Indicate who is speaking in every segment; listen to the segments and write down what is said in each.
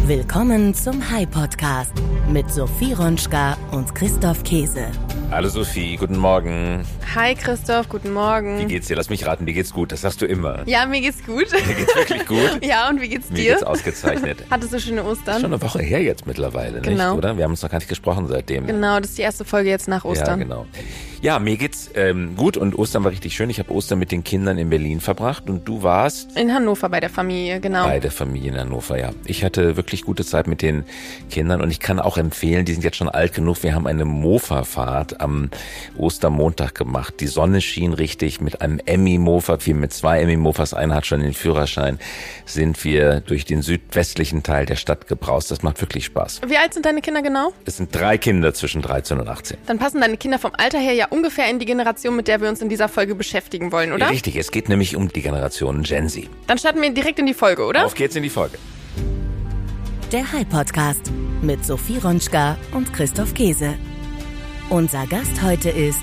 Speaker 1: Willkommen zum Hi-Podcast mit Sophie Ronschka und Christoph Käse.
Speaker 2: Hallo Sophie, guten Morgen.
Speaker 3: Hi Christoph, guten Morgen.
Speaker 2: Wie geht's dir? Lass mich raten, dir geht's gut. Das sagst du immer.
Speaker 3: Ja, mir geht's gut.
Speaker 2: Mir geht's wirklich gut?
Speaker 3: Ja, und wie geht's dir?
Speaker 2: Mir geht's ausgezeichnet.
Speaker 3: Hattest du schöne Ostern?
Speaker 2: Schon eine Woche her jetzt mittlerweile,
Speaker 3: Genau.
Speaker 2: nicht? Oder? Wir haben uns noch gar nicht gesprochen seitdem.
Speaker 3: Genau, das ist die erste Folge jetzt nach Ostern.
Speaker 2: Ja, genau. Ja, mir geht's gut und Ostern war richtig schön. Ich habe Ostern mit den Kindern in Berlin verbracht und du warst?
Speaker 3: In Hannover bei der Familie, genau.
Speaker 2: Bei der Familie in Hannover, ja. Ich hatte wirklich gute Zeit mit den Kindern und ich kann auch empfehlen, die sind jetzt schon alt genug, wir haben eine Mofa-Fahrt am Ostermontag gemacht. Die Sonne schien richtig mit einem Emmy-Mofa, mit 2 Emmy-Mofas, einer hat schon den Führerschein, sind wir durch den südwestlichen Teil der Stadt gebraust. Das macht wirklich Spaß.
Speaker 3: Wie alt sind deine Kinder genau?
Speaker 2: Es sind 3 Kinder zwischen 13 und 18.
Speaker 3: Dann passen deine Kinder vom Alter her ja ungefähr in die Generation, mit der wir uns in dieser Folge beschäftigen wollen, oder?
Speaker 2: Richtig, es geht nämlich um die Generation Gen Z.
Speaker 3: Dann starten wir direkt in die Folge, oder?
Speaker 2: Auf geht's in die Folge.
Speaker 1: Der Hi-Podcast mit Sophie Ronschka und Christoph Käse. Unser Gast heute ist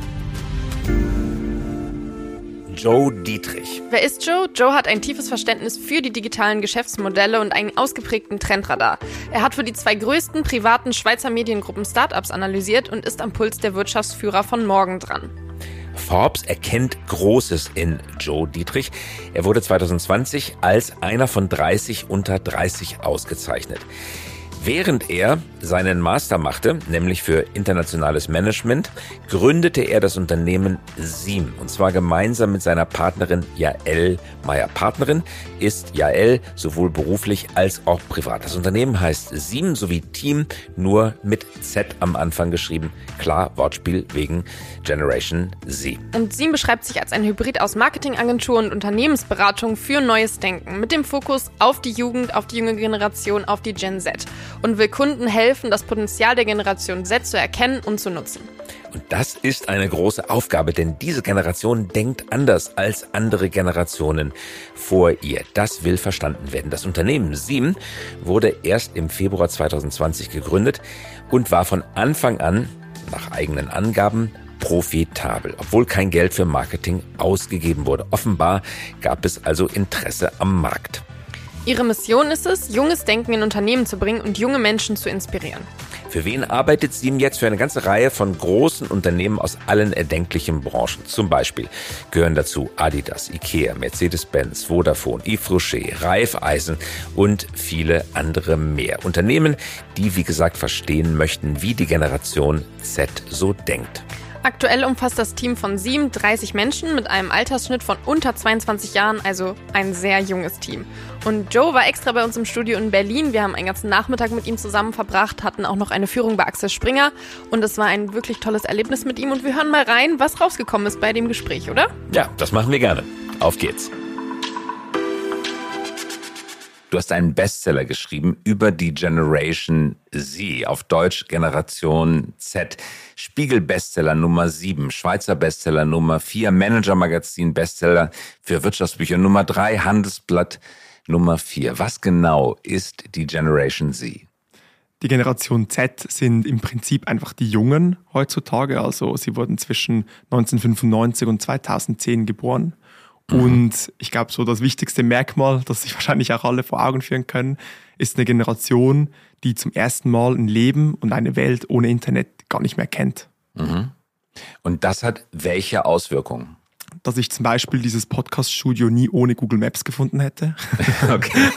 Speaker 2: Joe Dietrich.
Speaker 3: Wer ist Joe? Joe hat ein tiefes Verständnis für die digitalen Geschäftsmodelle und einen ausgeprägten Trendradar. Er hat für die 2 größten privaten Schweizer Mediengruppen Startups analysiert und ist am Puls der Wirtschaftsführer von morgen dran.
Speaker 2: Forbes erkennt Großes in Joe Dietrich. Er wurde 2020 als einer von 30 unter 30 ausgezeichnet. Während er seinen Master machte, nämlich für internationales Management, gründete er das Unternehmen Seam. Und zwar gemeinsam mit seiner Partnerin Jael Meyer. Partnerin ist Jael sowohl beruflich als auch privat. Das Unternehmen heißt Seam sowie Team, nur mit Z am Anfang geschrieben. Klar, Wortspiel wegen Generation Z.
Speaker 3: Und Seam beschreibt sich als ein Hybrid aus Marketingagentur und Unternehmensberatung für neues Denken. Mit dem Fokus auf die Jugend, auf die junge Generation, auf die Gen Z. Und will Kunden helfen, das Potenzial der Generation Z zu erkennen und zu nutzen.
Speaker 2: Und das ist eine große Aufgabe, denn diese Generation denkt anders als andere Generationen vor ihr. Das will verstanden werden. Das Unternehmen Seam wurde erst im Februar 2020 gegründet und war von Anfang an, nach eigenen Angaben, profitabel, obwohl kein Geld für Marketing ausgegeben wurde. Offenbar gab es also Interesse am Markt.
Speaker 3: Ihre Mission ist es, junges Denken in Unternehmen zu bringen und junge Menschen zu inspirieren.
Speaker 2: Für wen arbeitet Seam jetzt? Für eine ganze Reihe von großen Unternehmen aus allen erdenklichen Branchen. Zum Beispiel gehören dazu Adidas, Ikea, Mercedes-Benz, Vodafone, Yves Rocher, Raiffeisen und viele andere mehr. Unternehmen, die, wie gesagt, verstehen möchten, wie die Generation Z so denkt.
Speaker 3: Aktuell umfasst das Team von Seam 30 Menschen mit einem Altersschnitt von unter 22 Jahren, also ein sehr junges Team. Und Joe war extra bei uns im Studio in Berlin. Wir haben einen ganzen Nachmittag mit ihm zusammen verbracht, hatten auch noch eine Führung bei Axel Springer. Und es war ein wirklich tolles Erlebnis mit ihm. Und wir hören mal rein, was rausgekommen ist bei dem Gespräch, oder?
Speaker 2: Ja, das machen wir gerne. Auf geht's. Du hast einen Bestseller geschrieben über die Generation Z, auf Deutsch Generation Z. Spiegel-Bestseller Nummer 7, Schweizer Bestseller Nummer 4, Manager-Magazin Bestseller für Wirtschaftsbücher Nummer 3, Handelsblatt Nummer 4. Was genau ist die Generation Z?
Speaker 4: Die Generation Z sind im Prinzip einfach die Jungen heutzutage. Also sie wurden zwischen 1995 und 2010 geboren. Und ich glaube, so das wichtigste Merkmal, das sich wahrscheinlich auch alle vor Augen führen können, ist eine Generation, die zum ersten Mal ein Leben und eine Welt ohne Internet gar nicht mehr kennt.
Speaker 2: Mhm. Und das hat welche Auswirkungen?
Speaker 4: Dass ich zum Beispiel dieses Podcast-Studio nie ohne Google Maps gefunden hätte.
Speaker 2: Okay.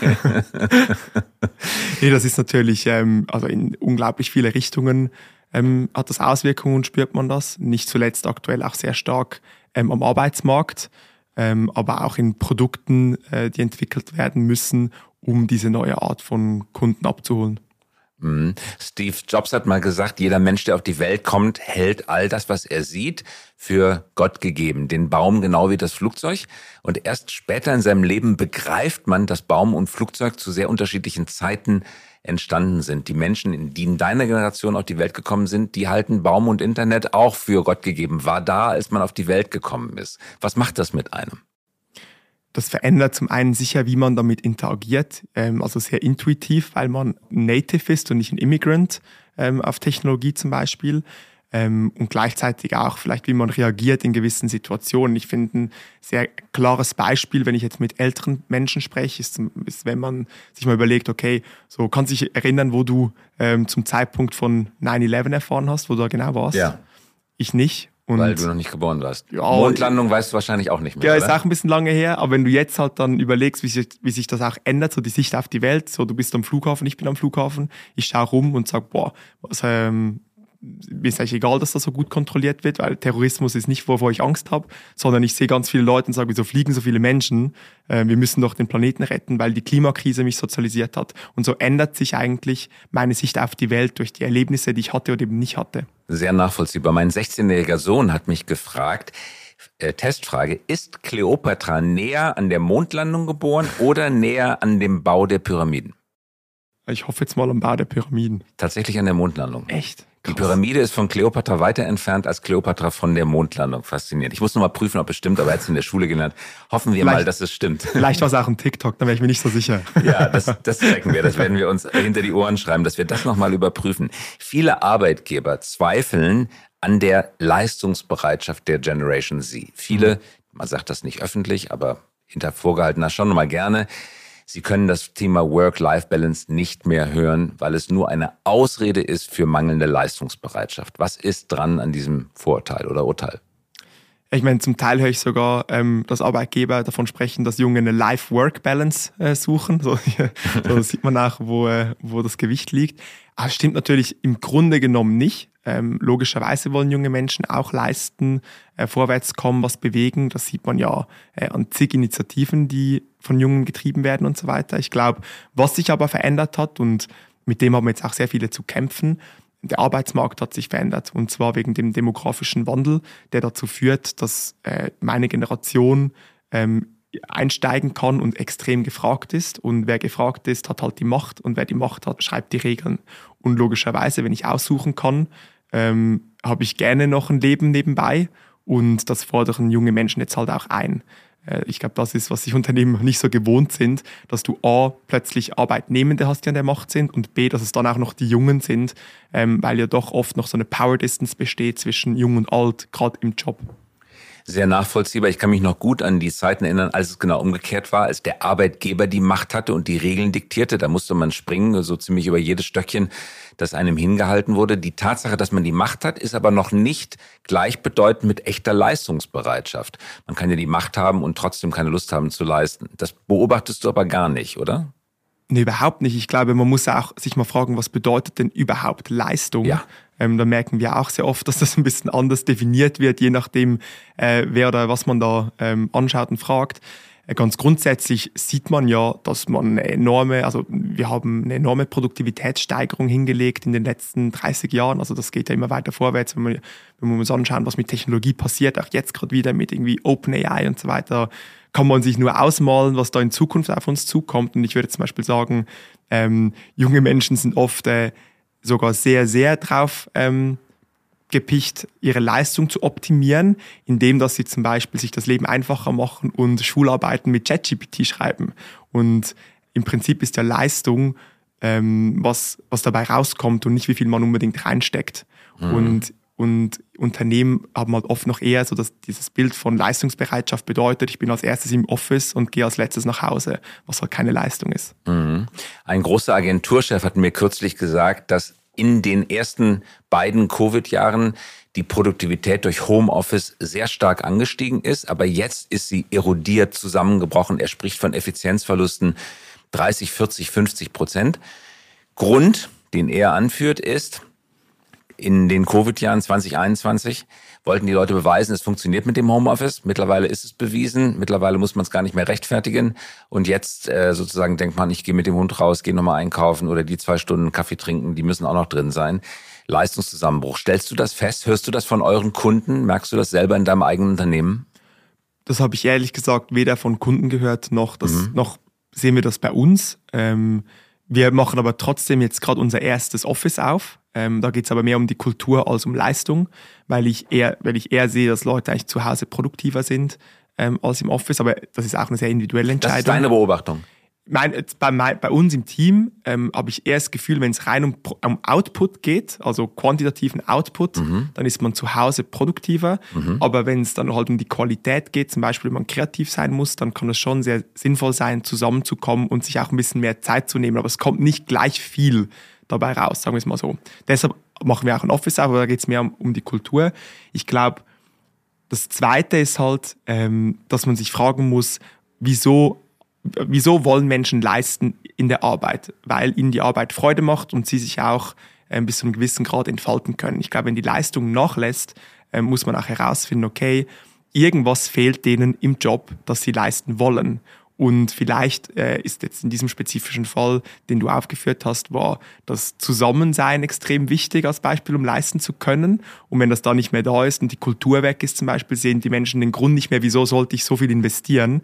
Speaker 4: Nee, das ist natürlich, also in unglaublich viele Richtungen hat das Auswirkungen und spürt man das. Nicht zuletzt aktuell auch sehr stark am Arbeitsmarkt. Aber auch in Produkten, die entwickelt werden müssen, um diese neue Art von Kunden abzuholen.
Speaker 2: Steve Jobs hat mal gesagt, jeder Mensch, der auf die Welt kommt, hält all das, was er sieht, für Gott gegeben. Den Baum genau wie das Flugzeug. Und erst später in seinem Leben begreift man, dass Baum und Flugzeug zu sehr unterschiedlichen Zeiten entstanden sind. Die Menschen, die in deiner Generation auf die Welt gekommen sind, die halten Baum und Internet auch für Gott gegeben. War da, als man auf die Welt gekommen ist. Was macht das mit einem?
Speaker 4: Das verändert zum einen sicher, wie man damit interagiert, also sehr intuitiv, weil man Native ist und nicht ein Immigrant auf Technologie zum Beispiel. und gleichzeitig auch vielleicht, wie man reagiert in gewissen Situationen. Ich finde ein sehr klares Beispiel, wenn ich jetzt mit älteren Menschen spreche, ist wenn man sich mal überlegt, okay, so kannst du dich erinnern, wo du zum Zeitpunkt von 9/11 erfahren hast, wo du da genau warst?
Speaker 2: Ja.
Speaker 4: Ich nicht. Und
Speaker 2: weil du noch nicht geboren warst.
Speaker 4: Ja,
Speaker 2: Mondlandung weißt du wahrscheinlich auch nicht mehr,
Speaker 4: ja,
Speaker 2: oder?
Speaker 4: ist auch ein bisschen lange her, aber wenn du jetzt halt dann überlegst, wie sich das auch ändert, so die Sicht auf die Welt, so du bist am Flughafen, ich bin am Flughafen, ich schaue rum und sage, boah, mir ist eigentlich egal, dass das so gut kontrolliert wird, weil Terrorismus ist nicht, wovor ich Angst habe, sondern ich sehe ganz viele Leute und sage, wieso fliegen so viele Menschen? Wir müssen doch den Planeten retten, weil die Klimakrise mich sozialisiert hat. Und so ändert sich eigentlich meine Sicht auf die Welt durch die Erlebnisse, die ich hatte oder eben nicht hatte.
Speaker 2: Sehr nachvollziehbar. Mein 16-jähriger Sohn hat mich gefragt, Testfrage, ist Kleopatra näher an der Mondlandung geboren oder näher an dem Bau der Pyramiden?
Speaker 4: Ich hoffe jetzt mal am Bau der Pyramiden.
Speaker 2: Tatsächlich an der Mondlandung.
Speaker 4: Echt?
Speaker 2: Die Pyramide ist von Kleopatra weiter entfernt als Kleopatra von der Mondlandung. Faszinierend. Ich muss noch mal prüfen, ob es stimmt, aber er hat es in der Schule gelernt. Hoffen wir mal, dass es stimmt.
Speaker 4: Vielleicht war es auch ein TikTok, da wäre ich mir nicht so sicher.
Speaker 2: Ja, das checken wir. Das werden wir uns hinter die Ohren schreiben, dass wir das noch mal überprüfen. Viele Arbeitgeber zweifeln an der Leistungsbereitschaft der Generation Z. Viele, man sagt das nicht öffentlich, aber hinter vorgehaltener schon mal gerne, sie können das Thema Work-Life-Balance nicht mehr hören, weil es nur eine Ausrede ist für mangelnde Leistungsbereitschaft. Was ist dran an diesem Vorurteil oder Urteil?
Speaker 4: Ich meine, zum Teil höre ich sogar, dass Arbeitgeber davon sprechen, dass Junge eine Life-Work-Balance suchen. So sieht man auch, wo das Gewicht liegt. Aber es stimmt natürlich im Grunde genommen nicht. Logischerweise wollen junge Menschen auch leisten, vorwärts kommen, was bewegen. Das sieht man ja an zig Initiativen, die von Jungen getrieben werden und so weiter. Ich glaube, was sich aber verändert hat, und mit dem haben jetzt auch sehr viele zu kämpfen, der Arbeitsmarkt hat sich verändert. Und zwar wegen dem demografischen Wandel, der dazu führt, dass meine Generation einsteigen kann und extrem gefragt ist. Und wer gefragt ist, hat halt die Macht. Und wer die Macht hat, schreibt die Regeln. Und logischerweise, wenn ich aussuchen kann, habe ich gerne noch ein Leben nebenbei. Und das fordern junge Menschen jetzt halt auch ein. Ich glaube, das ist, was sich Unternehmen nicht so gewohnt sind, dass du A, plötzlich Arbeitnehmende hast, die an der Macht sind, und B, dass es dann auch noch die Jungen sind, weil ja doch oft noch so eine Power Distance besteht zwischen Jung und Alt, gerade im Job.
Speaker 2: Sehr nachvollziehbar. Ich kann mich noch gut an die Zeiten erinnern, als es genau umgekehrt war, als der Arbeitgeber die Macht hatte und die Regeln diktierte. Da musste man springen, so ziemlich über jedes Stöckchen, das einem hingehalten wurde. Die Tatsache, dass man die Macht hat, ist aber noch nicht gleichbedeutend mit echter Leistungsbereitschaft. Man kann ja die Macht haben und trotzdem keine Lust haben zu leisten. Das beobachtest du aber gar nicht, oder?
Speaker 4: Nee, überhaupt nicht. Ich glaube, man muss auch sich mal fragen, was bedeutet denn überhaupt Leistung?
Speaker 2: Ja.
Speaker 4: Da merken wir auch sehr oft, dass das ein bisschen anders definiert wird, je nachdem, wer oder was man da anschaut und fragt. Ganz grundsätzlich sieht man ja, dass wir haben eine enorme Produktivitätssteigerung hingelegt in den letzten 30 Jahren. Also das geht ja immer weiter vorwärts, wenn wir uns anschauen, was mit Technologie passiert, auch jetzt gerade wieder mit irgendwie OpenAI und so weiter, kann man sich nur ausmalen, was da in Zukunft auf uns zukommt. Und ich würde zum Beispiel sagen, junge Menschen sind oft sogar sehr, sehr drauf gepicht, ihre Leistung zu optimieren, indem dass sie zum Beispiel sich das Leben einfacher machen und Schularbeiten mit ChatGPT schreiben. Und im Prinzip ist ja Leistung, was dabei rauskommt und nicht, wie viel man unbedingt reinsteckt. Und Unternehmen haben halt oft noch eher so dieses Bild von Leistungsbereitschaft bedeutet, ich bin als erstes im Office und gehe als letztes nach Hause, was halt keine Leistung ist.
Speaker 2: Ein großer Agenturchef hat mir kürzlich gesagt, dass in den ersten beiden Covid-Jahren die Produktivität durch Homeoffice sehr stark angestiegen ist, aber jetzt ist sie erodiert zusammengebrochen. Er spricht von Effizienzverlusten 30, 40, 50%. Grund, den er anführt, ist, in den Covid-Jahren 2021 wollten die Leute beweisen, es funktioniert mit dem Homeoffice. Mittlerweile ist es bewiesen. Mittlerweile muss man es gar nicht mehr rechtfertigen. Und jetzt sozusagen denkt man, ich gehe mit dem Hund raus, gehe nochmal einkaufen oder die 2 Stunden Kaffee trinken, die müssen auch noch drin sein. Leistungszusammenbruch. Stellst du das fest? Hörst du das von euren Kunden? Merkst du das selber in deinem eigenen Unternehmen? Das
Speaker 4: habe ich ehrlich gesagt weder von Kunden gehört, noch sehen wir das bei uns. Wir machen aber trotzdem jetzt gerade unser erstes Office auf. Da geht es aber mehr um die Kultur als um Leistung, weil ich eher sehe, dass Leute eigentlich zu Hause produktiver sind als im Office. Aber das ist auch eine sehr individuelle Entscheidung.
Speaker 2: Das ist deine Beobachtung?
Speaker 4: Bei uns im Team habe ich eher das Gefühl, wenn es rein um Output geht, also quantitativen Output, dann ist man zu Hause produktiver. Aber wenn es dann halt um die Qualität geht, zum Beispiel wenn man kreativ sein muss, dann kann es schon sehr sinnvoll sein, zusammenzukommen und sich auch ein bisschen mehr Zeit zu nehmen. Aber es kommt nicht gleich viel dabei raus, sagen wir es mal so. Deshalb machen wir auch ein Office auf, aber da geht es mehr um die Kultur. Ich glaube, das Zweite ist halt, dass man sich fragen muss, wieso wollen Menschen leisten in der Arbeit? Weil ihnen die Arbeit Freude macht und sie sich auch bis zu einem gewissen Grad entfalten können. Ich glaube, wenn die Leistung nachlässt, muss man auch herausfinden, okay, irgendwas fehlt denen im Job, das sie leisten wollen. Und vielleicht ist jetzt in diesem spezifischen Fall, den du aufgeführt hast, war das Zusammensein extrem wichtig als Beispiel, um leisten zu können. Und wenn das da nicht mehr da ist und die Kultur weg ist zum Beispiel, sehen die Menschen den Grund nicht mehr, wieso sollte ich so viel investieren?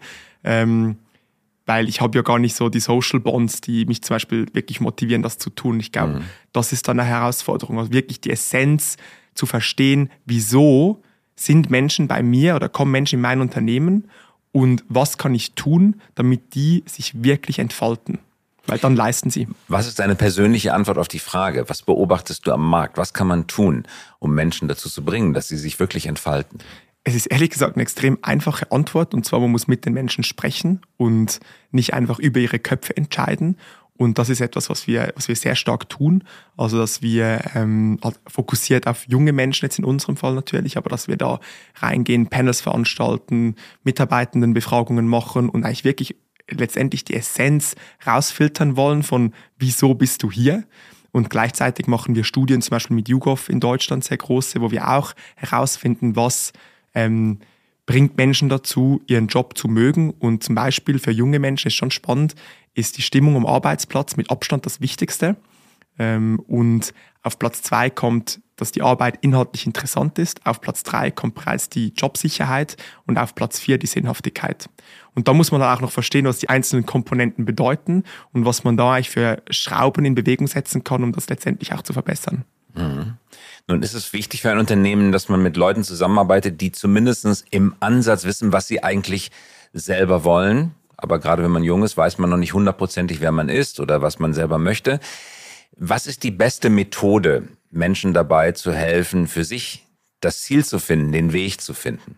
Speaker 4: Weil ich habe ja gar nicht so die Social Bonds, die mich zum Beispiel wirklich motivieren, das zu tun. Ich glaube, das ist dann eine Herausforderung. Also wirklich die Essenz zu verstehen, wieso sind Menschen bei mir oder kommen Menschen in mein Unternehmen und was kann ich tun, damit die sich wirklich entfalten. Weil dann leisten sie.
Speaker 2: Was ist deine persönliche Antwort auf die Frage? Was beobachtest du am Markt? Was kann man tun, um Menschen dazu zu bringen, dass sie sich wirklich entfalten?
Speaker 4: Es ist ehrlich gesagt eine extrem einfache Antwort. Und zwar, man muss mit den Menschen sprechen und nicht einfach über ihre Köpfe entscheiden. Und das ist etwas, was wir sehr stark tun. Also, dass wir fokussiert auf junge Menschen, jetzt in unserem Fall natürlich, aber dass wir da reingehen, Panels veranstalten, Mitarbeitendenbefragungen machen und eigentlich wirklich letztendlich die Essenz rausfiltern wollen von, wieso bist du hier? Und gleichzeitig machen wir Studien, zum Beispiel mit YouGov in Deutschland, sehr große, wo wir auch herausfinden, was bringt Menschen dazu, ihren Job zu mögen. Und zum Beispiel für junge Menschen ist schon spannend, ist die Stimmung am Arbeitsplatz mit Abstand das Wichtigste. Und auf Platz 2 kommt, dass die Arbeit inhaltlich interessant ist. Auf Platz 3 kommt bereits die Jobsicherheit und auf Platz 4 die Sinnhaftigkeit. Und da muss man dann auch noch verstehen, was die einzelnen Komponenten bedeuten und was man da eigentlich für Schrauben in Bewegung setzen kann, um das letztendlich auch zu verbessern.
Speaker 2: Nun ist es wichtig für ein Unternehmen, dass man mit Leuten zusammenarbeitet, die zumindest im Ansatz wissen, was sie eigentlich selber wollen. Aber gerade wenn man jung ist, weiß man noch nicht hundertprozentig, wer man ist oder was man selber möchte. Was ist die beste Methode, Menschen dabei zu helfen, für sich das Ziel zu finden, den Weg zu finden?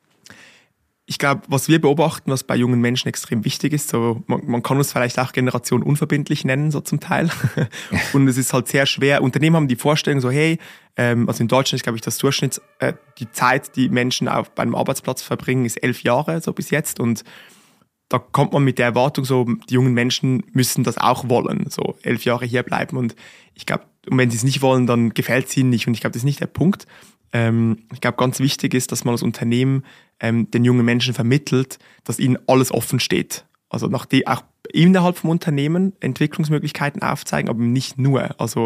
Speaker 4: Ich glaube, was wir beobachten, was bei jungen Menschen extrem wichtig ist, so man kann uns vielleicht auch Generation unverbindlich nennen, so zum Teil. Und es ist halt sehr schwer. Unternehmen haben die Vorstellung so, hey, also in Deutschland ist, glaube ich, das Durchschnitt, die Zeit, die Menschen bei einem Arbeitsplatz verbringen, ist 11 Jahre, so bis jetzt. Und da kommt man mit der Erwartung so, die jungen Menschen müssen das auch wollen, so 11 Jahre hier bleiben. Und ich glaube, wenn sie es nicht wollen, dann gefällt es ihnen nicht. Und ich glaube, das ist nicht der Punkt. Ich glaube, ganz wichtig ist, dass man als Unternehmen den jungen Menschen vermittelt, dass ihnen alles offen steht. Also auch innerhalb vom Unternehmen Entwicklungsmöglichkeiten aufzeigen, aber nicht nur. Also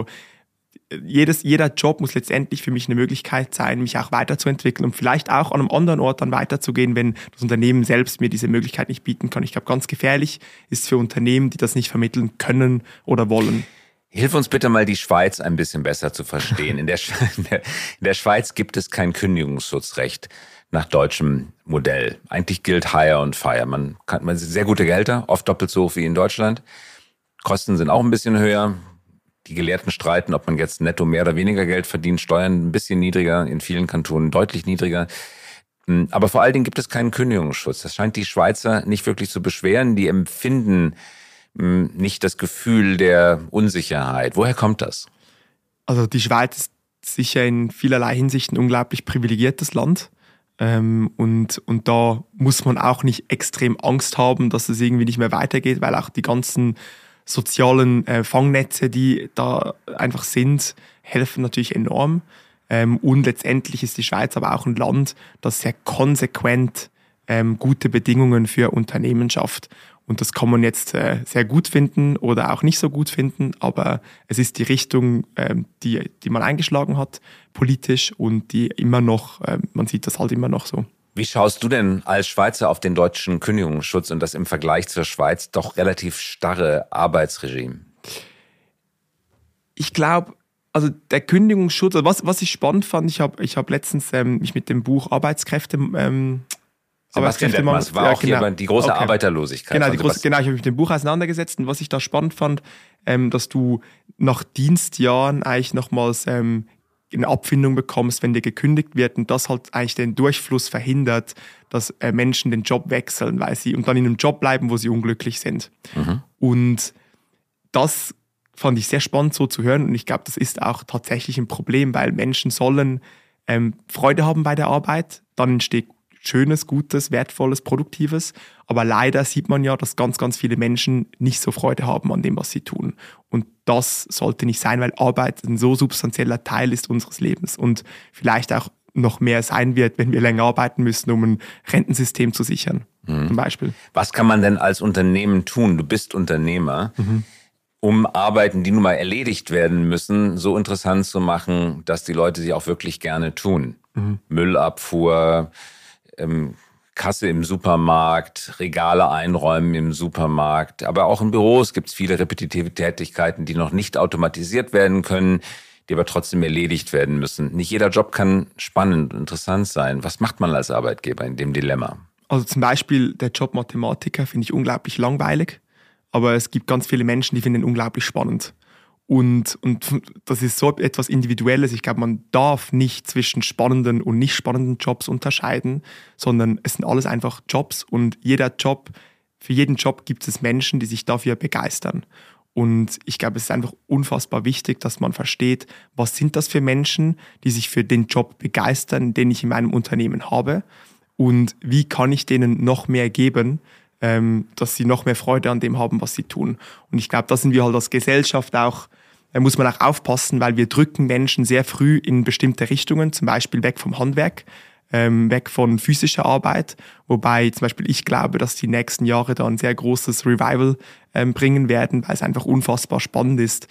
Speaker 4: jeder Job muss letztendlich für mich eine Möglichkeit sein, mich auch weiterzuentwickeln und vielleicht auch an einem anderen Ort dann weiterzugehen, wenn das Unternehmen selbst mir diese Möglichkeit nicht bieten kann. Ich glaube, ganz gefährlich ist für Unternehmen, die das nicht vermitteln können oder wollen.
Speaker 2: Hilf uns bitte mal, die Schweiz ein bisschen besser zu verstehen. In der Schweiz gibt es kein Kündigungsschutzrecht nach deutschem Modell. Eigentlich gilt Hire und Fire. Man hat sehr gute Gehälter, oft doppelt so hoch wie in Deutschland. Kosten sind auch ein bisschen höher. Die Gelehrten streiten, ob man jetzt netto mehr oder weniger Geld verdient. Steuern ein bisschen niedriger, in vielen Kantonen deutlich niedriger. Aber vor allen Dingen gibt es keinen Kündigungsschutz. Das scheint die Schweizer nicht wirklich zu beschweren. Die empfinden nicht das Gefühl der Unsicherheit. Woher kommt das?
Speaker 4: Also die Schweiz ist sicher in vielerlei Hinsicht ein unglaublich privilegiertes Land. Und da muss man auch nicht extrem Angst haben, dass es irgendwie nicht mehr weitergeht, weil auch die ganzen sozialen Fangnetze, die da einfach sind, helfen natürlich enorm. Und letztendlich ist die Schweiz aber auch ein Land, das sehr konsequent gute Bedingungen für Unternehmen schafft. Und das kann man jetzt sehr gut finden oder auch nicht so gut finden, aber es ist die Richtung, die man eingeschlagen hat, politisch, und die immer noch, man sieht das halt immer noch so.
Speaker 2: Wie schaust du denn als Schweizer auf den deutschen Kündigungsschutz und das im Vergleich zur Schweiz doch relativ starre Arbeitsregime?
Speaker 4: Ich glaube, also der Kündigungsschutz, was ich spannend fand, ich hab letztens mich mit dem Buch Arbeitskräfte
Speaker 2: Sebastian Detmers war auch hier die große Arbeiterlosigkeit.
Speaker 4: Genau, ich habe mich mit dem Buch auseinandergesetzt und was ich da spannend fand, dass du nach Dienstjahren eigentlich nochmals eine Abfindung bekommst, wenn dir gekündigt wird und das halt eigentlich den Durchfluss verhindert, dass Menschen den Job wechseln, und dann in einem Job bleiben, wo sie unglücklich sind. Mhm. Und das fand ich sehr spannend so zu hören und ich glaube, das ist auch tatsächlich ein Problem, weil Menschen sollen Freude haben bei der Arbeit, dann entsteht Schönes, Gutes, Wertvolles, Produktives. Aber leider sieht man ja, dass ganz, ganz viele Menschen nicht so Freude haben an dem, was sie tun. Und das sollte nicht sein, weil Arbeit ein so substanzieller Teil ist unseres Lebens und vielleicht auch noch mehr sein wird, wenn wir länger arbeiten müssen, um ein Rentensystem zu sichern, zum Beispiel.
Speaker 2: Was kann man denn als Unternehmen tun? Du bist Unternehmer, um Arbeiten, die nun mal erledigt werden müssen, so interessant zu machen, dass die Leute sie auch wirklich gerne tun. Müllabfuhr, Kasse im Supermarkt, Regale einräumen im Supermarkt, aber auch in Büros gibt es viele repetitive Tätigkeiten, die noch nicht automatisiert werden können, die aber trotzdem erledigt werden müssen. Nicht jeder Job kann spannend und interessant sein. Was macht man als Arbeitgeber in dem Dilemma?
Speaker 4: Also zum Beispiel der Job Mathematiker finde ich unglaublich langweilig, aber es gibt ganz viele Menschen, die finden ihn unglaublich spannend. Und das ist so etwas Individuelles. Ich glaube, man darf nicht zwischen spannenden und nicht spannenden Jobs unterscheiden, sondern es sind alles einfach Jobs und für jeden Job gibt es Menschen, die sich dafür begeistern. Und ich glaube, es ist einfach unfassbar wichtig, dass man versteht, was sind das für Menschen, die sich für den Job begeistern, den ich in meinem Unternehmen habe und wie kann ich denen noch mehr geben, dass sie noch mehr Freude an dem haben, was sie tun. Und ich glaube, da sind wir halt als Gesellschaft auch, muss man auch aufpassen, weil wir drücken Menschen sehr früh in bestimmte Richtungen, zum Beispiel weg vom Handwerk, weg von physischer Arbeit, wobei zum Beispiel ich glaube, dass die nächsten Jahre da ein sehr großes Revival bringen werden, weil es einfach unfassbar spannend ist,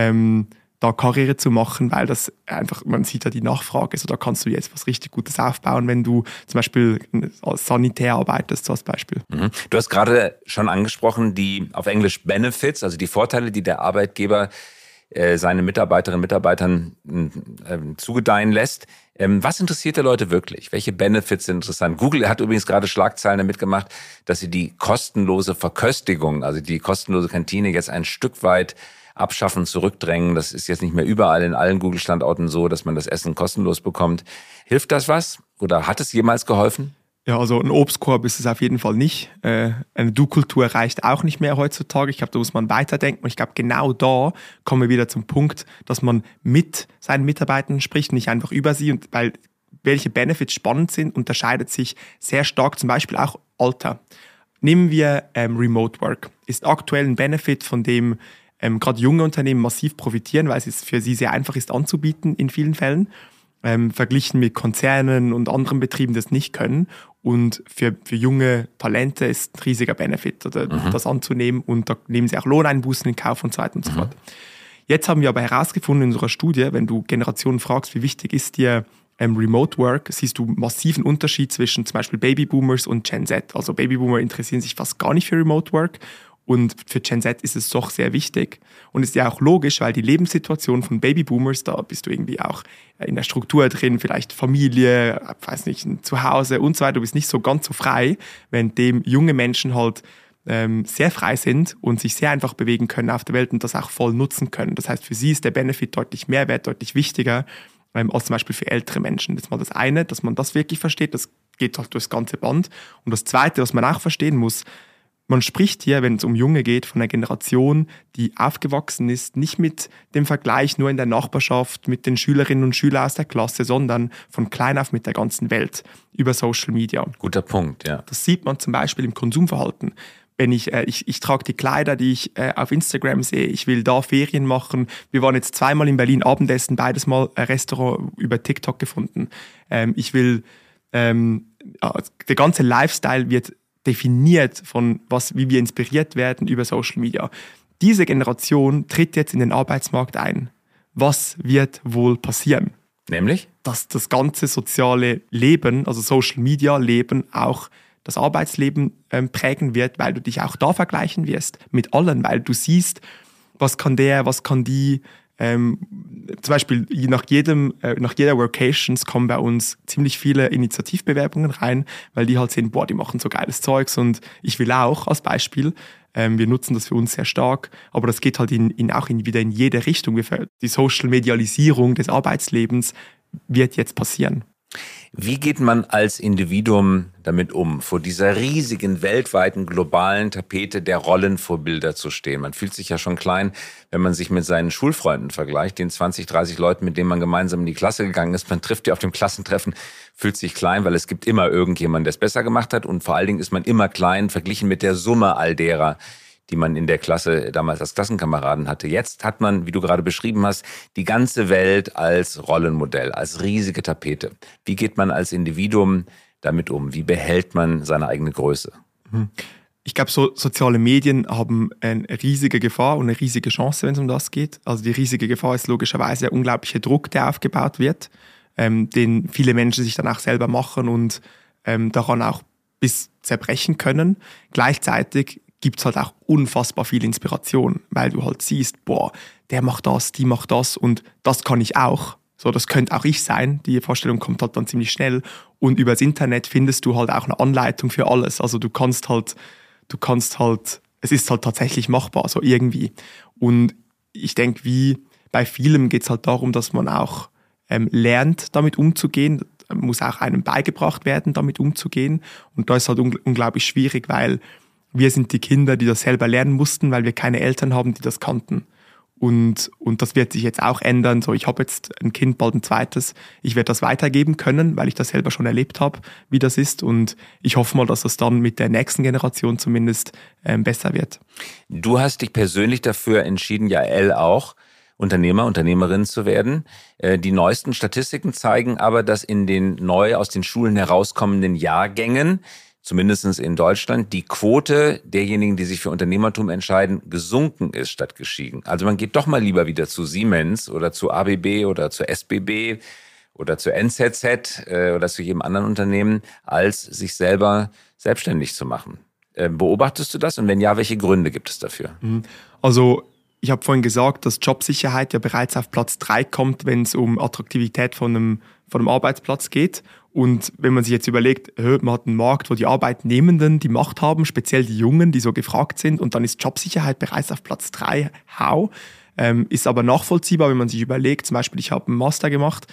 Speaker 4: da Karriere zu machen, weil das einfach, man sieht ja die Nachfrage, so da kannst du jetzt was richtig Gutes aufbauen, wenn du zum Beispiel als Sanitär arbeitest, so als Beispiel.
Speaker 2: Du hast gerade schon angesprochen, die auf Englisch Benefits, also die Vorteile, die der Arbeitgeber seine Mitarbeiterinnen und Mitarbeitern zugedeihen lässt. Was interessiert die Leute wirklich? Welche Benefits sind interessant? Google hat übrigens gerade Schlagzeilen damit gemacht, dass sie die kostenlose Verköstigung, also die kostenlose Kantine jetzt ein Stück weit abschaffen, zurückdrängen. Das ist jetzt nicht mehr überall in allen Google-Standorten so, dass man das Essen kostenlos bekommt. Hilft das was? Oder hat es jemals geholfen?
Speaker 4: Ja, also ein Obstkorb ist es auf jeden Fall nicht. Eine Du-Kultur reicht auch nicht mehr heutzutage. Ich glaube, da muss man weiterdenken. Und ich glaube, genau da kommen wir wieder zum Punkt, dass man mit seinen Mitarbeitern spricht, nicht einfach über sie. Und weil welche Benefits spannend sind, unterscheidet sich sehr stark, zum Beispiel auch Alter. Nehmen wir Remote Work. Ist aktuell ein Benefit, von dem gerade junge Unternehmen massiv profitieren, weil es für sie sehr einfach ist anzubieten in vielen Fällen, verglichen mit Konzernen und anderen Betrieben, die das nicht können. Und für junge Talente ist ein riesiger Benefit, das anzunehmen und da nehmen sie auch Lohneinbußen in Kauf und so weiter und so fort. Jetzt haben wir aber herausgefunden in unserer Studie, wenn du Generationen fragst, wie wichtig ist dir Remote Work, siehst du massiven Unterschied zwischen zum Beispiel Babyboomers und Gen Z. Also Babyboomer interessieren sich fast gar nicht für Remote Work. Und für Gen Z ist es doch sehr wichtig. Und ist ja auch logisch, weil die Lebenssituation von Babyboomers, da bist du irgendwie auch in der Struktur drin, vielleicht Familie, weiß nicht, ein Zuhause und so weiter. Du bist nicht so ganz so frei, währenddem junge Menschen halt sehr frei sind und sich sehr einfach bewegen können auf der Welt und das auch voll nutzen können. Das heißt, für sie ist der Benefit deutlich mehr wert, deutlich wichtiger als zum Beispiel für ältere Menschen. Das ist mal das eine, dass man das wirklich versteht. Das geht halt durchs ganze Band. Und das zweite, was man auch verstehen muss, man spricht hier, wenn es um Junge geht, von einer Generation, die aufgewachsen ist, nicht mit dem Vergleich nur in der Nachbarschaft mit den Schülerinnen und Schülern aus der Klasse, sondern von klein auf mit der ganzen Welt über Social Media.
Speaker 2: Guter Punkt, ja.
Speaker 4: Das sieht man zum Beispiel im Konsumverhalten. Wenn ich trage die Kleider, die ich auf Instagram sehe, ich will da Ferien machen. Wir waren jetzt 2-mal in Berlin Abendessen, beides Mal ein Restaurant über TikTok gefunden. Der ganze Lifestyle wird definiert von wie wir inspiriert werden über Social Media. Diese Generation tritt jetzt in den Arbeitsmarkt ein. Was wird wohl passieren?
Speaker 2: Nämlich?
Speaker 4: Dass das ganze soziale Leben, also Social Media Leben, auch das Arbeitsleben prägen wird, weil du dich auch da vergleichen wirst mit allen, weil du siehst, was kann der, was kann die, Zum Beispiel nach jeder Workations kommen bei uns ziemlich viele Initiativbewerbungen rein, weil die halt sehen, boah, die machen so geiles Zeugs und ich will auch als Beispiel. Wir nutzen das für uns sehr stark, aber das geht halt wieder in jede Richtung. Die Social-Medialisierung des Arbeitslebens wird jetzt passieren.
Speaker 2: Wie geht man als Individuum damit um, vor dieser riesigen, weltweiten, globalen Tapete der Rollenvorbilder zu stehen? Man fühlt sich ja schon klein, wenn man sich mit seinen Schulfreunden vergleicht, den 20, 30 Leuten, mit denen man gemeinsam in die Klasse gegangen ist. Man trifft die auf dem Klassentreffen, fühlt sich klein, weil es gibt immer irgendjemanden, der es besser gemacht hat. Und vor allen Dingen ist man immer klein, verglichen mit der Summe all derer, die man in der Klasse damals als Klassenkameraden hatte. Jetzt hat man, wie du gerade beschrieben hast, die ganze Welt als Rollenmodell, als riesige Tapete. Wie geht man als Individuum damit um? Wie behält man seine eigene Größe?
Speaker 4: Ich glaube, soziale Medien haben eine riesige Gefahr und eine riesige Chance, wenn es um das geht. Also die riesige Gefahr ist logischerweise der unglaubliche Druck, der aufgebaut wird, den viele Menschen sich dann auch selber machen und daran auch bis zerbrechen können. Gleichzeitig gibt es halt auch unfassbar viel Inspiration, weil du halt siehst, boah, der macht das, die macht das und das kann ich auch. So, das könnte auch ich sein. Die Vorstellung kommt halt dann ziemlich schnell. Und übers Internet findest du halt auch eine Anleitung für alles. Also du kannst halt, es ist halt tatsächlich machbar, so irgendwie. Und ich denke, wie bei vielem geht es halt darum, dass man auch lernt, damit umzugehen. Muss auch einem beigebracht werden, damit umzugehen. Und da ist halt unglaublich schwierig, weil wir sind die Kinder, die das selber lernen mussten, weil wir keine Eltern haben, die das kannten. Und das wird sich jetzt auch ändern. So, ich habe jetzt ein Kind, bald ein zweites. Ich werde das weitergeben können, weil ich das selber schon erlebt habe, wie das ist. Und ich hoffe mal, dass das dann mit der nächsten Generation zumindest besser wird.
Speaker 2: Du hast dich persönlich dafür entschieden, Jael auch, Unternehmerin zu werden. Die neuesten Statistiken zeigen aber, dass in den neu aus den Schulen herauskommenden Jahrgängen, zumindest in Deutschland, die Quote derjenigen, die sich für Unternehmertum entscheiden, gesunken ist statt gestiegen. Also man geht doch mal lieber wieder zu Siemens oder zu ABB oder zu SBB oder zu NZZ oder zu jedem anderen Unternehmen, als sich selber selbstständig zu machen. Beobachtest du das? Und wenn ja, welche Gründe gibt es dafür?
Speaker 4: Also ich habe vorhin gesagt, dass Jobsicherheit ja bereits auf Platz 3 kommt, wenn es um Attraktivität von einem Arbeitsplatz geht. Und wenn man sich jetzt überlegt, man hat einen Markt, wo die Arbeitnehmenden die Macht haben, speziell die Jungen, die so gefragt sind, und dann ist Jobsicherheit bereits auf Platz 3. Ist aber nachvollziehbar, wenn man sich überlegt, zum Beispiel, ich habe einen Master gemacht,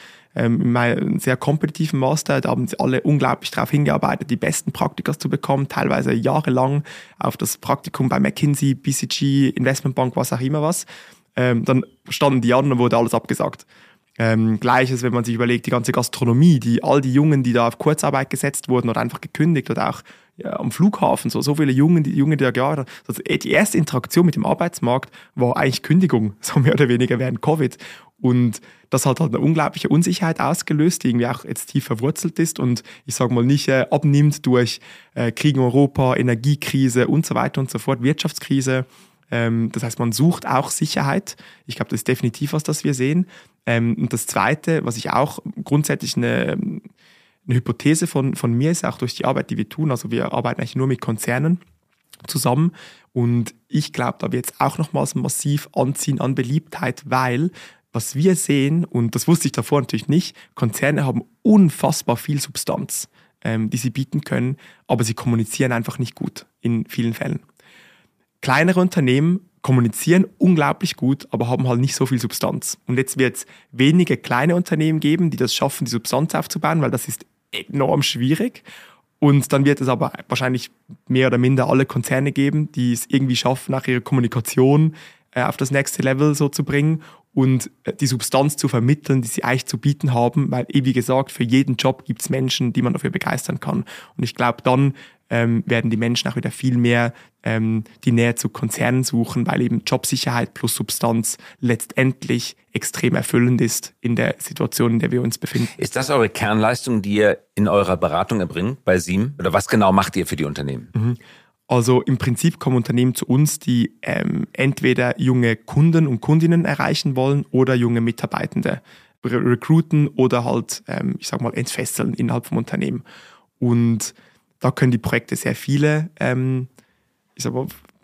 Speaker 4: einen sehr kompetitiven Master, da haben sie alle unglaublich darauf hingearbeitet, die besten Praktika zu bekommen, teilweise jahrelang auf das Praktikum bei McKinsey, BCG, Investmentbank, was auch immer was. Dann standen die an und wurde alles abgesagt. Gleiches, wenn man sich überlegt, die ganze Gastronomie, all die Jungen, die da auf Kurzarbeit gesetzt wurden oder einfach gekündigt oder auch am Flughafen, so viele Jungen, die da gearbeitet haben. Also die erste Interaktion mit dem Arbeitsmarkt war eigentlich Kündigung, so mehr oder weniger während Covid. Und das hat halt eine unglaubliche Unsicherheit ausgelöst, die irgendwie auch jetzt tief verwurzelt ist und ich sage mal nicht abnimmt durch Krieg in Europa, Energiekrise und so weiter und so fort, Wirtschaftskrise. Das heißt, man sucht auch Sicherheit. Ich glaube, das ist definitiv was, das wir sehen. Und das Zweite, was ich auch grundsätzlich eine Hypothese von mir ist, auch durch die Arbeit, die wir tun. Also wir arbeiten eigentlich nur mit Konzernen zusammen. Und ich glaube, da wird es auch nochmals massiv anziehen an Beliebtheit, weil was wir sehen, und das wusste ich davor natürlich nicht, Konzerne haben unfassbar viel Substanz, die sie bieten können, aber sie kommunizieren einfach nicht gut in vielen Fällen. Kleinere Unternehmen kommunizieren unglaublich gut, aber haben halt nicht so viel Substanz. Und jetzt wird es wenige kleine Unternehmen geben, die das schaffen, die Substanz aufzubauen, weil das ist enorm schwierig. Und dann wird es aber wahrscheinlich mehr oder minder alle Konzerne geben, die es irgendwie schaffen, nach ihrer Kommunikation auf das nächste Level so zu bringen und die Substanz zu vermitteln, die sie eigentlich zu bieten haben, weil wie gesagt, für jeden Job gibt es Menschen, die man dafür begeistern kann. Und ich glaube, dann werden die Menschen auch wieder viel mehr die Nähe zu Konzernen suchen, weil eben Jobsicherheit plus Substanz letztendlich extrem erfüllend ist in der Situation, in der wir uns befinden.
Speaker 2: Ist das eure Kernleistung, die ihr in eurer Beratung erbringt bei Siem? Oder was genau macht ihr für die Unternehmen?
Speaker 4: Also im Prinzip kommen Unternehmen zu uns, die entweder junge Kunden und Kundinnen erreichen wollen oder junge Mitarbeitende recruiten oder halt, entfesseln innerhalb vom Unternehmen. Und da können die Projekte sehr viele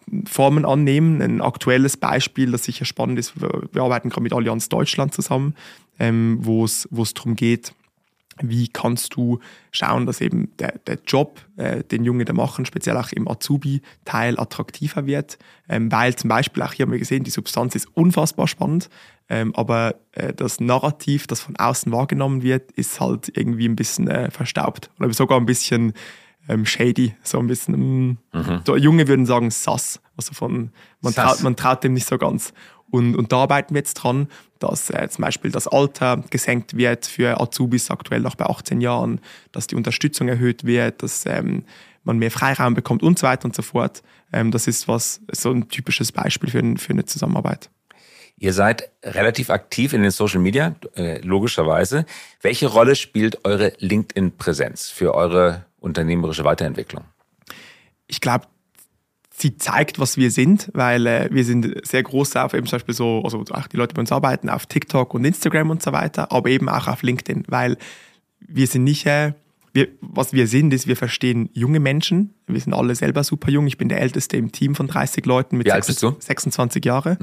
Speaker 4: Formen annehmen. Ein aktuelles Beispiel, das sicher spannend ist, wir arbeiten gerade mit Allianz Deutschland zusammen, wo es darum geht, wie kannst du schauen, dass eben der Job, den Jungen da machen, speziell auch im Azubi-Teil attraktiver wird, weil zum Beispiel auch hier haben wir gesehen, die Substanz ist unfassbar spannend, aber das Narrativ, das von außen wahrgenommen wird, ist halt irgendwie ein bisschen verstaubt oder sogar ein bisschen shady, so ein bisschen, so Junge würden sagen sass, also man traut dem nicht so ganz. Und da arbeiten wir jetzt dran, dass zum Beispiel das Alter gesenkt wird für Azubis aktuell noch bei 18 Jahren, dass die Unterstützung erhöht wird, dass man mehr Freiraum bekommt und so weiter und so fort. Das ist so ein typisches Beispiel für eine Zusammenarbeit.
Speaker 2: Ihr seid relativ aktiv in den Social Media, logischerweise. Welche Rolle spielt eure LinkedIn-Präsenz für eure unternehmerische Weiterentwicklung? Ich glaube,
Speaker 4: sie zeigt, was wir sind, weil wir sind sehr groß auf eben zum Beispiel so, also auch die Leute bei uns arbeiten auf TikTok und Instagram und so weiter, aber eben auch auf LinkedIn, weil wir sind nicht, was wir sind, ist, wir verstehen junge Menschen. Wir sind alle selber super jung. Ich bin der Älteste im Team von 30 Leuten mit 26 Jahre.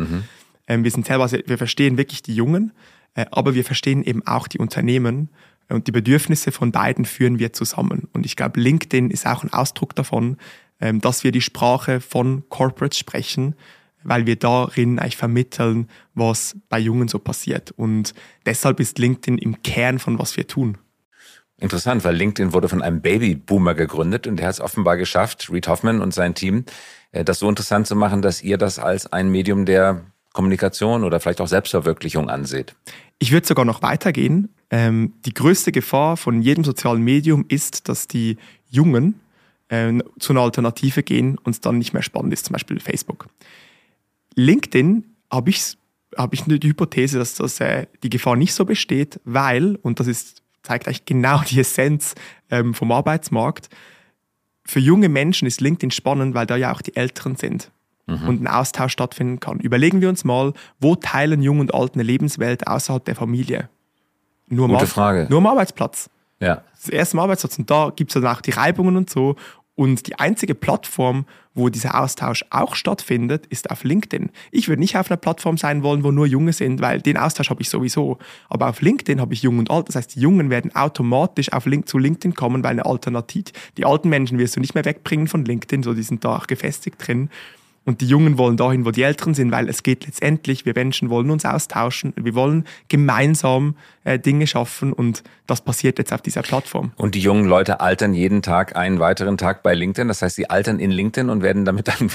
Speaker 4: Wir verstehen wirklich die Jungen, aber wir verstehen eben auch die Unternehmen und die Bedürfnisse von beiden führen wir zusammen. Und ich glaube, LinkedIn ist auch ein Ausdruck davon, dass wir die Sprache von Corporates sprechen, weil wir darin eigentlich vermitteln, was bei Jungen so passiert. Und deshalb ist LinkedIn im Kern von was wir tun.
Speaker 2: Interessant, weil LinkedIn wurde von einem Babyboomer gegründet und der hat es offenbar geschafft, Reid Hoffman und sein Team, das so interessant zu machen, dass ihr das als ein Medium der Kommunikation oder vielleicht auch Selbstverwirklichung anseht.
Speaker 4: Ich würde sogar noch weitergehen. Die größte Gefahr von jedem sozialen Medium ist, dass die Jungen zu einer Alternative gehen und es dann nicht mehr spannend ist, zum Beispiel Facebook. LinkedIn habe ich die Hypothese, dass die Gefahr nicht so besteht, weil, und das zeigt eigentlich genau die Essenz vom Arbeitsmarkt, für junge Menschen ist LinkedIn spannend, weil da ja auch die Älteren sind und ein Austausch stattfinden kann. Überlegen wir uns mal, wo teilen Jung und Alt eine Lebenswelt außerhalb der Familie?
Speaker 2: Gute Frage.
Speaker 4: Nur am Arbeitsplatz.
Speaker 2: Ja.
Speaker 4: Das erste Arbeitsplatz und da gibt es dann auch die Reibungen und so. Und die einzige Plattform, wo dieser Austausch auch stattfindet, ist auf LinkedIn. Ich würde nicht auf einer Plattform sein wollen, wo nur Junge sind, weil den Austausch habe ich sowieso. Aber auf LinkedIn habe ich Jung und Alt. Das heißt, die Jungen werden automatisch zu LinkedIn kommen, weil eine Alternative. Die alten Menschen wirst du nicht mehr wegbringen von LinkedIn, so die sind da auch gefestigt drin. Und die Jungen wollen dahin, wo die Älteren sind, weil es geht letztendlich, wir Menschen wollen uns austauschen, wir wollen gemeinsam Dinge schaffen und das passiert jetzt auf dieser Plattform.
Speaker 2: Und die jungen Leute altern jeden Tag einen weiteren Tag bei LinkedIn, das heißt, sie altern in LinkedIn und werden damit dann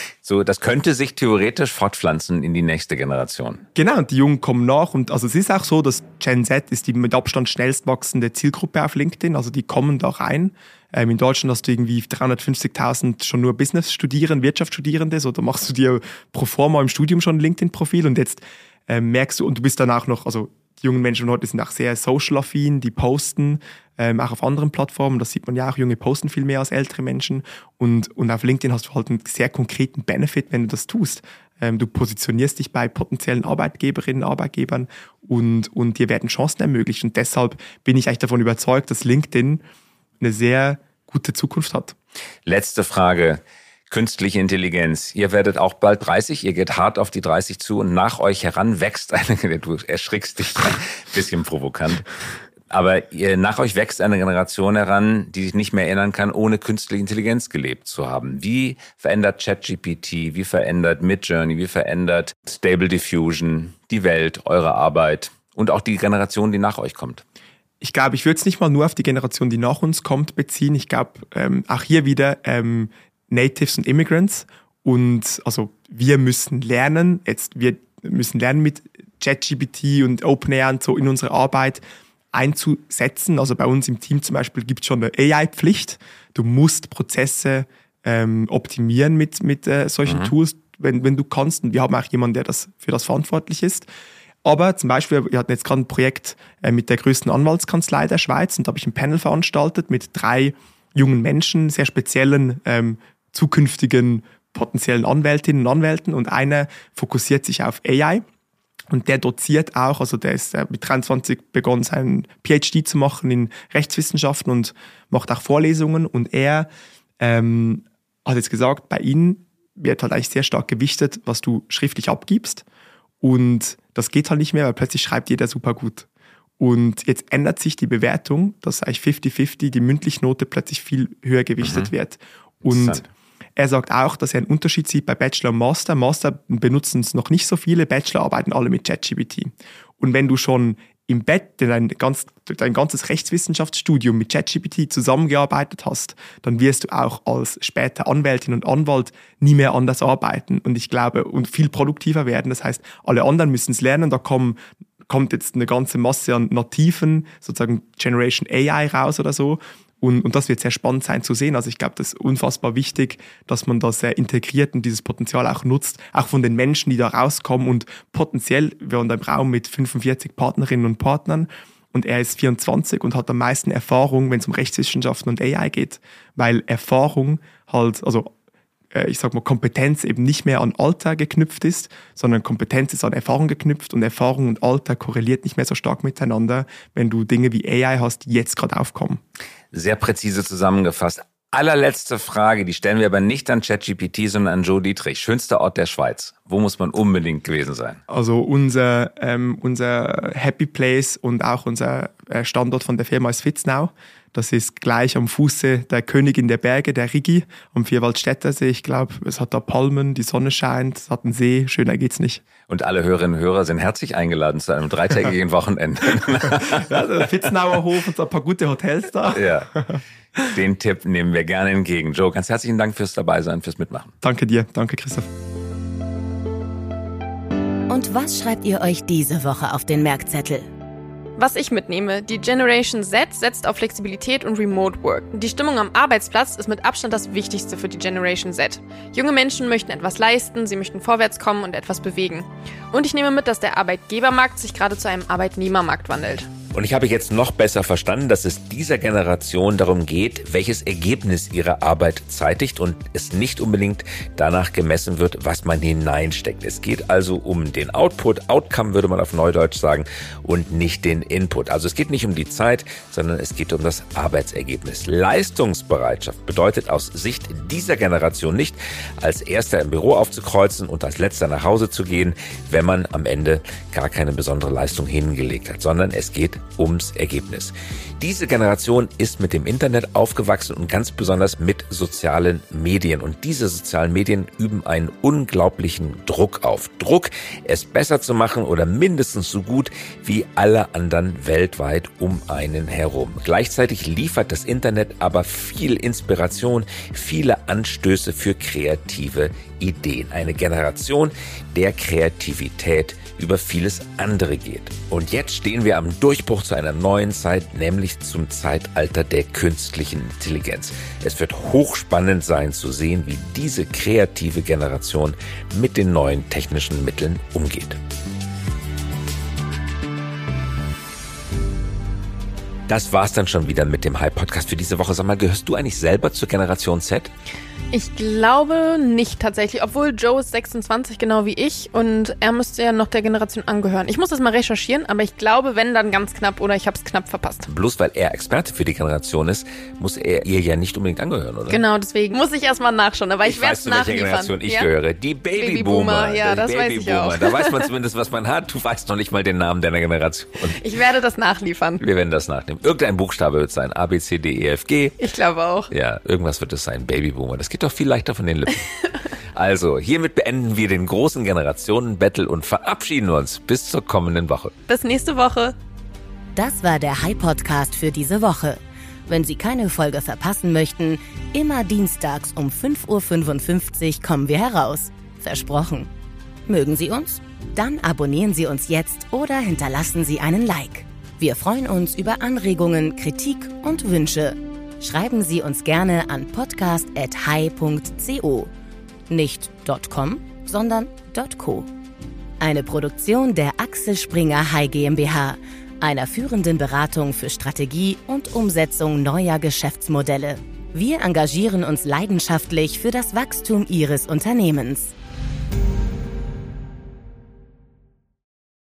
Speaker 2: das könnte sich theoretisch fortpflanzen in die nächste Generation.
Speaker 4: Genau, und die Jungen kommen nach und also es ist auch so, dass Gen Z ist die mit Abstand schnellst wachsende Zielgruppe auf LinkedIn, also die kommen da rein. In Deutschland hast du irgendwie 350.000 schon nur Business-Studierende, Wirtschaftsstudierende, so da machst du dir pro forma im Studium schon ein LinkedIn-Profil und jetzt merkst du, und du bist dann auch noch, also die jungen Menschen von heute sind auch sehr social-affin, die posten, auch auf anderen Plattformen, das sieht man ja auch, Junge posten viel mehr als ältere Menschen und auf LinkedIn hast du halt einen sehr konkreten Benefit, wenn du das tust. Du positionierst dich bei potenziellen Arbeitgeberinnen, Arbeitgebern und dir werden Chancen ermöglicht und deshalb bin ich eigentlich davon überzeugt, dass LinkedIn eine sehr gute Zukunft hat.
Speaker 2: Letzte Frage. Künstliche Intelligenz. Ihr werdet auch bald 30, ihr geht hart auf die 30 zu und nach euch heran wächst du erschrickst dich ein bisschen provokant, aber nach euch wächst eine Generation heran, die sich nicht mehr erinnern kann, ohne künstliche Intelligenz gelebt zu haben. Wie verändert ChatGPT, wie verändert Midjourney, wie verändert Stable Diffusion die Welt, eure Arbeit und auch die Generation, die nach euch kommt?
Speaker 4: Ich glaube, ich würde es nicht mal nur auf die Generation, die nach uns kommt, beziehen. Ich glaube, auch hier wieder Natives und Immigrants. Und also wir müssen lernen, mit ChatGPT und OpenAI und so in unsere Arbeit einzusetzen. Also bei uns im Team zum Beispiel gibt es schon eine AI-Pflicht. Du musst Prozesse optimieren mit solchen Tools, wenn du kannst. Und wir haben auch jemanden, der für das verantwortlich ist. Aber zum Beispiel, wir hatten jetzt gerade ein Projekt mit der größten Anwaltskanzlei der Schweiz und da habe ich ein Panel veranstaltet mit 3 jungen Menschen, sehr speziellen, zukünftigen potenziellen Anwältinnen und Anwälten und einer fokussiert sich auf AI und der doziert auch, also der ist mit 23 begonnen, seinen PhD zu machen in Rechtswissenschaften und macht auch Vorlesungen und er hat jetzt gesagt, bei ihm wird halt eigentlich sehr stark gewichtet, was du schriftlich abgibst. Und das geht halt nicht mehr, weil plötzlich schreibt jeder super gut. Und jetzt ändert sich die Bewertung, dass eigentlich 50-50 die mündliche Note plötzlich viel höher gewichtet wird. Und er sagt auch, dass er einen Unterschied sieht bei Bachelor und Master. Master benutzen es noch nicht so viele, Bachelor arbeiten alle mit ChatGPT. Und wenn du schon im Bett dein ganzes Rechtswissenschaftsstudium mit ChatGPT zusammengearbeitet hast, dann wirst du auch als später Anwältin und Anwalt nie mehr anders arbeiten. Und ich glaube, und viel produktiver werden. Das heißt, alle anderen müssen es lernen. Da kommt jetzt eine ganze Masse an Nativen, sozusagen Generation AI raus oder so. Und das wird sehr spannend sein zu sehen. Also ich glaube, das ist unfassbar wichtig, dass man das sehr integriert und dieses Potenzial auch nutzt, auch von den Menschen, die da rauskommen. Und potenziell, wir haben im Raum mit 45 Partnerinnen und Partnern und er ist 24 und hat am meisten Erfahrung, wenn es um Rechtswissenschaften und AI geht, weil Erfahrung halt, also ich sag mal, Kompetenz eben nicht mehr an Alter geknüpft ist, sondern Kompetenz ist an Erfahrung geknüpft und Erfahrung und Alter korreliert nicht mehr so stark miteinander, wenn du Dinge wie AI hast, die jetzt gerade aufkommen.
Speaker 2: Sehr präzise zusammengefasst. Allerletzte Frage, die stellen wir aber nicht an ChatGPT, sondern an Joe Dietrich. Schönster Ort der Schweiz. Wo muss man unbedingt gewesen sein?
Speaker 4: Also unser Happy Place und auch unser Standort von der Firma ist Vitznau. Das ist gleich am Fuße der Königin der Berge, der Rigi, am Vierwaldstättersee. Ich glaube, es hat da Palmen, die Sonne scheint, es hat einen See, schöner geht's nicht.
Speaker 2: Und alle Hörerinnen und Hörer sind herzlich eingeladen zu einem 3-tägigen Wochenende.
Speaker 4: Ja, der Vitznauer Hof und so ein paar gute Hotels da.
Speaker 2: Ja, den Tipp nehmen wir gerne entgegen. Joe, ganz herzlichen Dank fürs Dabeisein, fürs Mitmachen.
Speaker 4: Danke dir, danke Christoph.
Speaker 1: Und was schreibt ihr euch diese Woche auf den Merkzettel?
Speaker 3: Was ich mitnehme, die Generation Z setzt auf Flexibilität und Remote Work. Die Stimmung am Arbeitsplatz ist mit Abstand das Wichtigste für die Generation Z. Junge Menschen möchten etwas leisten, sie möchten vorwärts kommen und etwas bewegen. Und ich nehme mit, dass der Arbeitgebermarkt sich gerade zu einem Arbeitnehmermarkt wandelt.
Speaker 2: Und ich habe jetzt noch besser verstanden, dass es dieser Generation darum geht, welches Ergebnis ihre Arbeit zeitigt und es nicht unbedingt danach gemessen wird, was man hineinsteckt. Es geht also um den Output, Outcome würde man auf Neudeutsch sagen, und nicht den Input. Also es geht nicht um die Zeit, sondern es geht um das Arbeitsergebnis. Leistungsbereitschaft bedeutet aus Sicht dieser Generation nicht, als Erster im Büro aufzukreuzen und als Letzter nach Hause zu gehen, wenn man am Ende gar keine besondere Leistung hingelegt hat, sondern es geht ums Ergebnis. Diese Generation ist mit dem Internet aufgewachsen und ganz besonders mit sozialen Medien. Und diese sozialen Medien üben einen unglaublichen Druck auf. Druck, es besser zu machen oder mindestens so gut wie alle anderen weltweit um einen herum. Gleichzeitig liefert das Internet aber viel Inspiration, viele Anstöße für kreative Ideen. Eine Generation, der Kreativität über vieles andere geht. Und jetzt stehen wir am Durchbruch zu einer neuen Zeit, nämlich zum Zeitalter der künstlichen Intelligenz. Es wird hochspannend sein zu sehen, wie diese kreative Generation mit den neuen technischen Mitteln umgeht. Das war's dann schon wieder mit dem Hype-Podcast für diese Woche. Sag mal, gehörst du eigentlich selber zur Generation Z?
Speaker 3: Ich glaube nicht tatsächlich, obwohl Joe ist 26, genau wie ich, und er müsste ja noch der Generation angehören. Ich muss das mal recherchieren, aber ich glaube, wenn, dann ganz knapp oder ich habe es knapp verpasst.
Speaker 2: Bloß weil er Experte für die Generation ist, muss er ihr ja nicht unbedingt angehören, oder?
Speaker 3: Genau, deswegen muss ich erstmal nachschauen, aber ich werde es nachliefern.
Speaker 2: Welche Generation ich gehöre. Die Babyboomer.
Speaker 3: Ja, das weiß ich auch.
Speaker 2: Da weiß man zumindest, was man hat. Du weißt noch nicht mal den Namen deiner Generation.
Speaker 3: Ich werde das nachliefern.
Speaker 2: Wir werden das nachnehmen. Irgendein Buchstabe wird es sein. A, B, C, D, E, F, G.
Speaker 3: Ich glaube auch.
Speaker 2: Ja, irgendwas wird es sein. Babyboomer. Das geht doch viel leichter von den Lippen. Also, hiermit beenden wir den großen Generationen-Battle und verabschieden uns bis zur kommenden Woche.
Speaker 3: Bis nächste Woche.
Speaker 1: Das war der Hype-Podcast für diese Woche. Wenn Sie keine Folge verpassen möchten, immer dienstags um 5:55 Uhr kommen wir heraus. Versprochen. Mögen Sie uns? Dann abonnieren Sie uns jetzt oder hinterlassen Sie einen Like. Wir freuen uns über Anregungen, Kritik und Wünsche. Schreiben Sie uns gerne an podcast@hi.co. Nicht .com, sondern .co. Eine Produktion der Axel Springer Hi GmbH, einer führenden Beratung für Strategie und Umsetzung neuer Geschäftsmodelle. Wir engagieren uns leidenschaftlich für das Wachstum Ihres Unternehmens.